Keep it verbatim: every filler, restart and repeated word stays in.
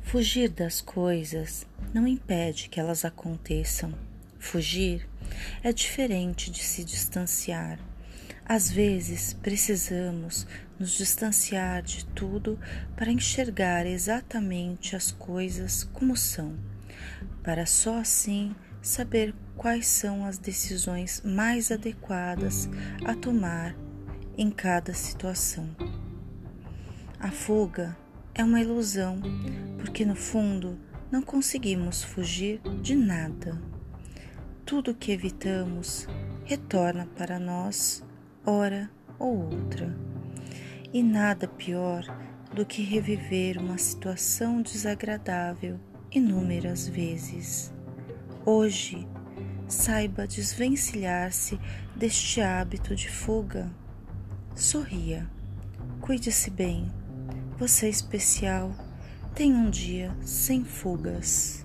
Fugir das coisas não impede que elas aconteçam. Fugir é diferente de se distanciar. Às vezes precisamos nos distanciar de tudo para enxergar exatamente as coisas como são, para só assim saber quais são as decisões mais adequadas a tomar em cada situação. A fuga é uma ilusão, porque no fundo não conseguimos fugir de nada. Tudo que evitamos retorna para nós, hora ou outra. E nada pior do que reviver uma situação desagradável inúmeras vezes. Hoje, saiba desvencilhar-se deste hábito de fuga. Sorria, cuide-se bem. Você é especial, tenha um dia sem fugas.